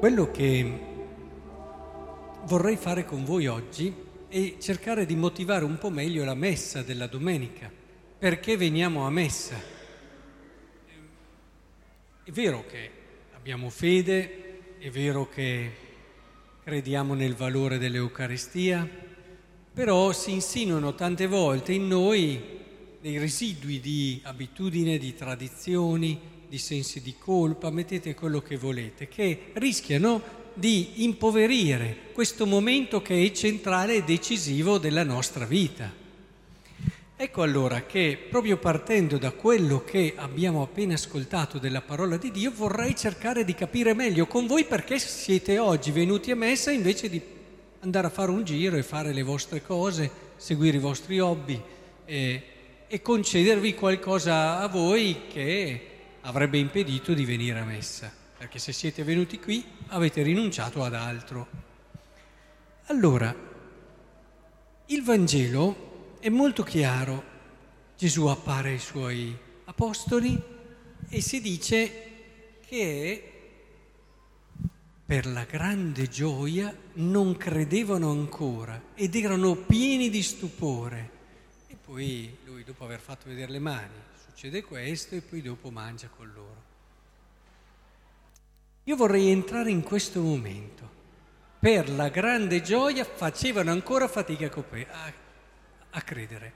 Quello che vorrei fare con voi oggi è cercare di motivare un po' meglio la messa della domenica. Perché veniamo a messa? È vero che abbiamo fede, è vero che crediamo nel valore dell'Eucaristia, però si insinuano tante volte in noi dei residui di abitudine, di tradizioni, di sensi di colpa, mettete quello che volete, che rischiano di impoverire questo momento che è centrale e decisivo della nostra vita. Ecco allora che, proprio partendo da quello che abbiamo appena ascoltato della parola di Dio, vorrei cercare di capire meglio con voi perché siete oggi venuti a messa invece di andare a fare un giro e fare le vostre cose, seguire i vostri hobby e concedervi qualcosa a voi che avrebbe impedito di venire a messa, perché se siete venuti qui avete rinunciato ad altro. Allora, il Vangelo è molto chiaro. Gesù appare ai suoi apostoli e si dice che per la grande gioia non credevano ancora ed erano pieni di stupore. E poi lui, dopo aver fatto vedere le mani, succede questo e poi dopo mangia con loro. Io vorrei entrare in questo momento. Per la grande gioia facevano ancora fatica a credere.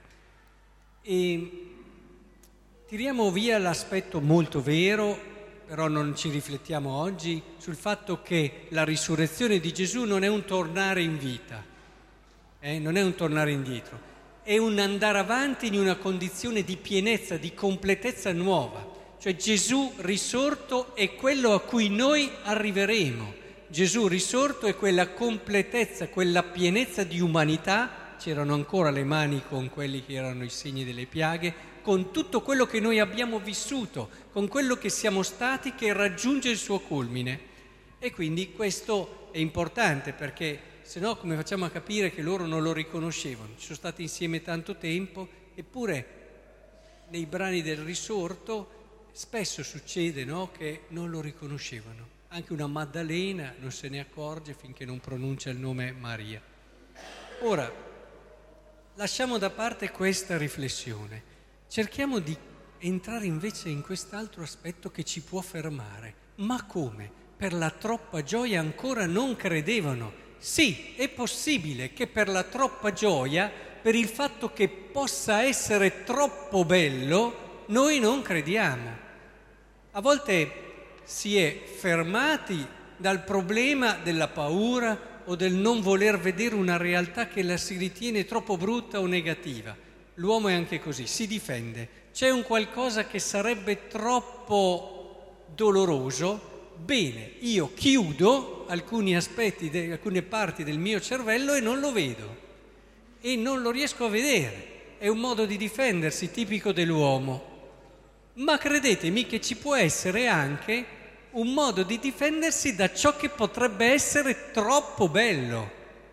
E tiriamo via l'aspetto molto vero, però non ci riflettiamo oggi, sul fatto che la risurrezione di Gesù non è un tornare in vita, non è un tornare indietro. È un andare avanti in una condizione di pienezza, di completezza nuova. Cioè Gesù risorto è quello a cui noi arriveremo. Gesù risorto è quella completezza, quella pienezza di umanità. C'erano ancora le mani con quelli che erano i segni delle piaghe, con tutto quello che noi abbiamo vissuto, con quello che siamo stati, che raggiunge il suo culmine. E quindi questo è importante perché se no come facciamo a capire che loro non lo riconoscevano? Ci sono stati insieme tanto tempo, eppure nei brani del risorto spesso succede, no, che non lo riconoscevano. Anche una Maddalena non se ne accorge finché non pronuncia il nome Maria. Ora, lasciamo da parte questa riflessione. Cerchiamo di entrare invece in quest'altro aspetto che ci può fermare. Ma come? Per la troppa gioia ancora non credevano. Sì, è possibile che per la troppa gioia, per il fatto che possa essere troppo bello, noi non crediamo. A volte si è fermati dal problema della paura o del non voler vedere una realtà che la si ritiene troppo brutta o negativa. L'uomo è anche così, si difende. C'è un qualcosa che sarebbe troppo doloroso. Bene, io chiudo alcuni aspetti, alcune parti del mio cervello e non lo vedo e non lo riesco a vedere. È un modo di difendersi tipico dell'uomo. Ma credetemi che ci può essere anche un modo di difendersi da ciò che potrebbe essere troppo bello.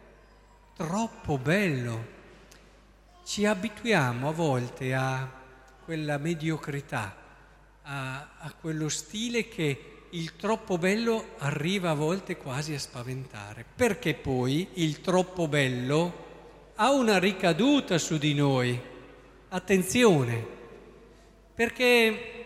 Troppo bello. Ci abituiamo a volte a quella mediocrità, a quello stile che il troppo bello arriva a volte quasi a spaventare, perché poi il troppo bello ha una ricaduta su di noi. Attenzione, perché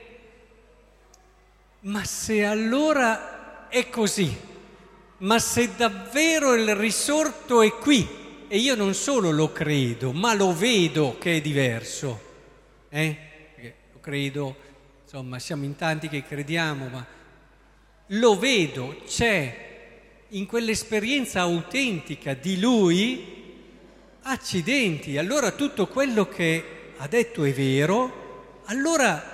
ma se allora è così, ma se davvero il risorto è qui e io non solo lo credo, ma lo vedo che è diverso, perché lo credo, insomma siamo in tanti che crediamo, ma lo vedo, c'è in quell'esperienza autentica di lui, accidenti, allora tutto quello che ha detto è vero, allora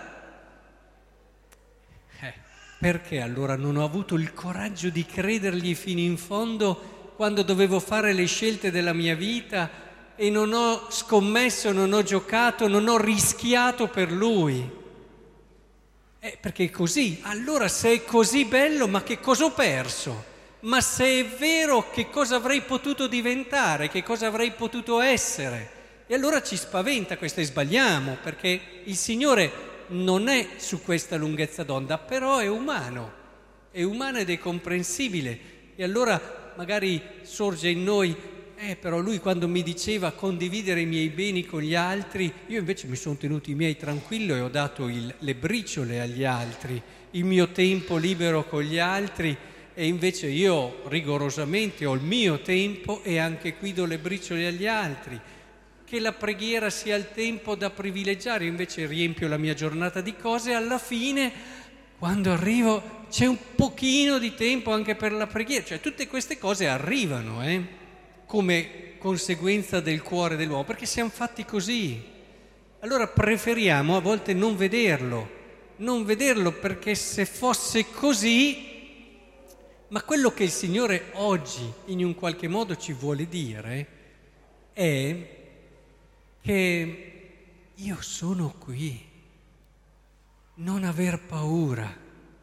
perché allora non ho avuto il coraggio di credergli fino in fondo quando dovevo fare le scelte della mia vita e non ho scommesso, non ho giocato, non ho rischiato per lui? Perché è così. Allora se è così bello, ma che cosa ho perso? Ma se è vero, che cosa avrei potuto diventare? Che cosa avrei potuto essere? E allora ci spaventa questo e sbagliamo, perché il Signore non è su questa lunghezza d'onda, però è umano. è umana ed è comprensibile. E allora magari sorge in noi, però lui quando mi diceva condividere i miei beni con gli altri, io invece mi sono tenuto i miei tranquillo e ho dato le briciole agli altri, il mio tempo libero con gli altri, e invece io rigorosamente ho il mio tempo e anche qui do le briciole agli altri. Che la preghiera sia il tempo da privilegiare, io invece riempio la mia giornata di cose e alla fine, quando arrivo, c'è un pochino di tempo anche per la preghiera. Cioè tutte queste cose arrivano, come conseguenza del cuore dell'uomo, perché siamo fatti così. Allora preferiamo a volte non vederlo perché se fosse così. Ma quello che il Signore oggi in un qualche modo ci vuole dire è che io sono qui, non aver paura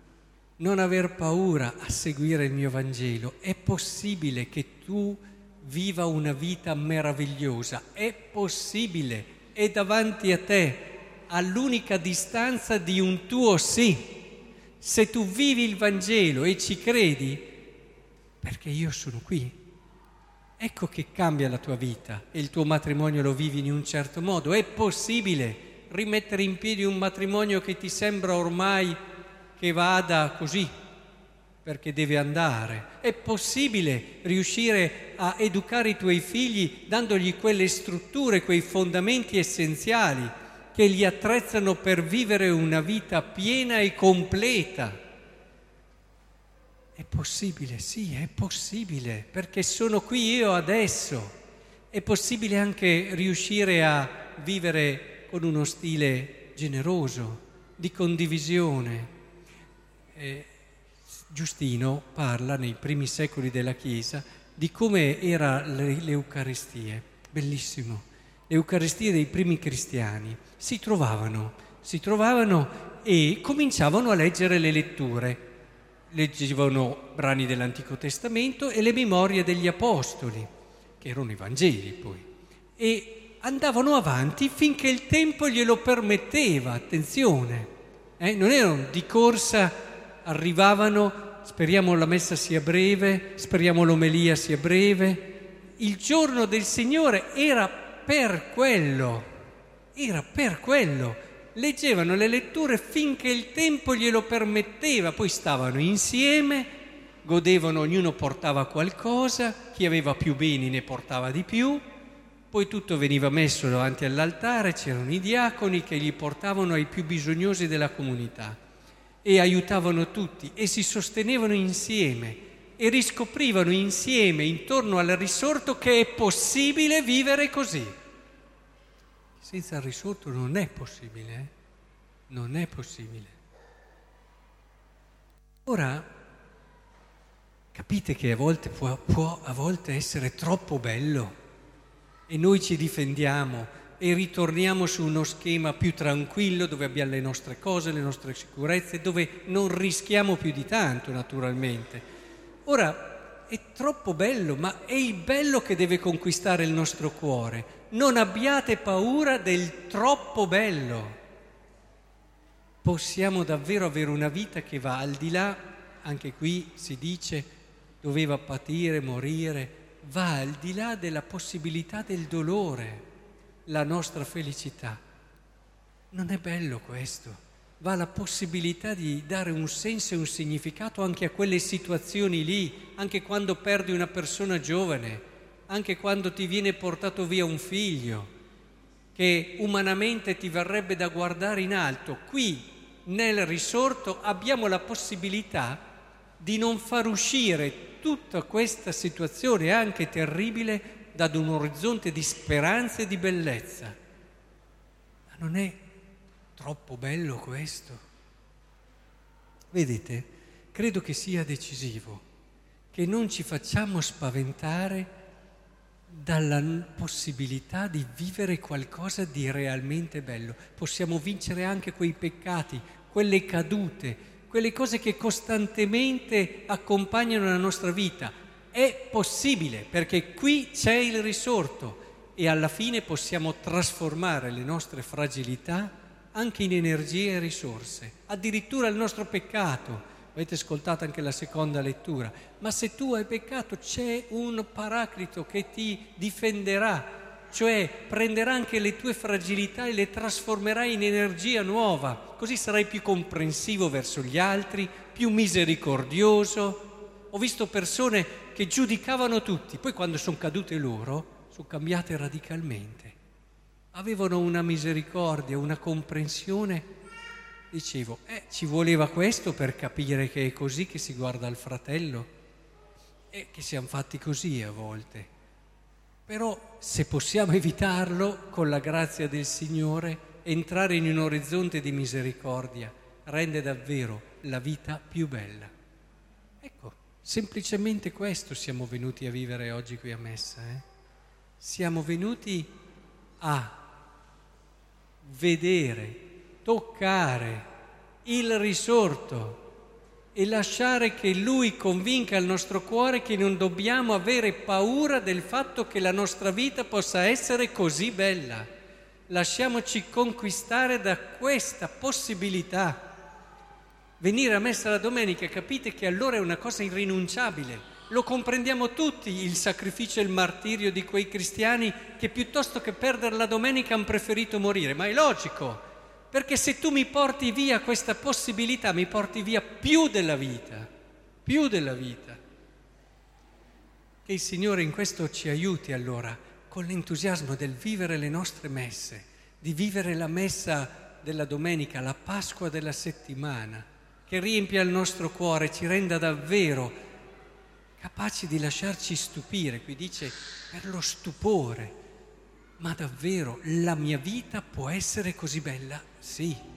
a seguire il mio Vangelo. È possibile che tu viva una vita meravigliosa, è possibile, è davanti a te, all'unica distanza di un tuo sì. Se tu vivi il Vangelo e ci credi, perché io sono qui, ecco che cambia la tua vita e il tuo matrimonio lo vivi in un certo modo. È possibile rimettere in piedi un matrimonio che ti sembra ormai che vada così, perché deve andare. È possibile riuscire a educare i tuoi figli dandogli quelle strutture, quei fondamenti essenziali che li attrezzano per vivere una vita piena e completa. È possibile, sì, è possibile, perché sono qui io adesso. È possibile anche riuscire a vivere con uno stile generoso, di condivisione. Giustino parla nei primi secoli della Chiesa di come era le Eucaristie. Bellissimo. Le Eucaristie dei primi cristiani si trovavano e cominciavano a leggere le letture. Leggevano brani dell'Antico Testamento e le memorie degli Apostoli, che erano i Vangeli poi, e andavano avanti finché il tempo glielo permetteva. Attenzione, non erano di corsa, arrivavano, speriamo la messa sia breve, speriamo l'omelia sia breve. Il giorno del Signore era per quello, leggevano le letture finché il tempo glielo permetteva, poi stavano insieme, godevano, ognuno portava qualcosa, chi aveva più beni ne portava di più, poi tutto veniva messo davanti all'altare, c'erano i diaconi che gli portavano ai più bisognosi della comunità e aiutavano tutti e si sostenevano insieme e riscoprivano insieme intorno al risorto che è possibile vivere così. Senza il risorto non è possibile, non è possibile. Ora, capite che a volte può a volte essere troppo bello e noi ci difendiamo e ritorniamo su uno schema più tranquillo dove abbiamo le nostre cose, le nostre sicurezze, dove non rischiamo più di tanto naturalmente. Ora, è troppo bello, ma è il bello che deve conquistare il nostro cuore. Non abbiate paura del troppo bello. Possiamo davvero avere una vita che va al di là, anche qui si dice, doveva patire, morire, va al di là della possibilità del dolore, la nostra felicità. Non è bello questo? Va la possibilità di dare un senso e un significato anche a quelle situazioni lì, anche quando perdi una persona giovane, anche quando ti viene portato via un figlio, che umanamente ti verrebbe da guardare in alto. Qui, nel risorto, abbiamo la possibilità di non far uscire tutta questa situazione, anche terribile, da un orizzonte di speranza e di bellezza. Ma non è troppo bello questo? Vedete, credo che sia decisivo che non ci facciamo spaventare dalla possibilità di vivere qualcosa di realmente bello. Possiamo vincere anche quei peccati, quelle cadute, quelle cose che costantemente accompagnano la nostra vita. È possibile, perché qui c'è il risorto e alla fine possiamo trasformare le nostre fragilità anche in energie e risorse. Addirittura il nostro peccato avete ascoltato anche la seconda lettura, ma se tu hai peccato c'è un paraclito che ti difenderà, cioè prenderà anche le tue fragilità e le trasformerà in energia nuova, così sarai più comprensivo verso gli altri, più misericordioso. Ho visto persone che giudicavano tutti, poi quando sono cadute loro sono cambiate radicalmente, avevano una misericordia, una comprensione. Dicevo, ci voleva questo per capire che è così che si guarda al fratello e che siamo fatti così a volte. Però se possiamo evitarlo, con la grazia del Signore, entrare in un orizzonte di misericordia rende davvero la vita più bella. Ecco, semplicemente questo siamo venuti a vivere oggi qui a Messa. Siamo venuti a vedere, toccare il risorto e lasciare che Lui convinca il nostro cuore che non dobbiamo avere paura del fatto che la nostra vita possa essere così bella. Lasciamoci conquistare da questa possibilità. Venire a messa la domenica, capite che allora è una cosa irrinunciabile. Lo comprendiamo tutti, il sacrificio e il martirio di quei cristiani che piuttosto che perdere la domenica hanno preferito morire. Ma è logico, perché se tu mi porti via questa possibilità, mi porti via più della vita, più della vita. Che il Signore in questo ci aiuti allora, con l'entusiasmo del vivere le nostre messe, di vivere la messa della domenica, la Pasqua della settimana, che riempia il nostro cuore, ci renda davvero capaci di lasciarci stupire. Qui dice per lo stupore. Ma davvero la mia vita può essere così bella? Sì.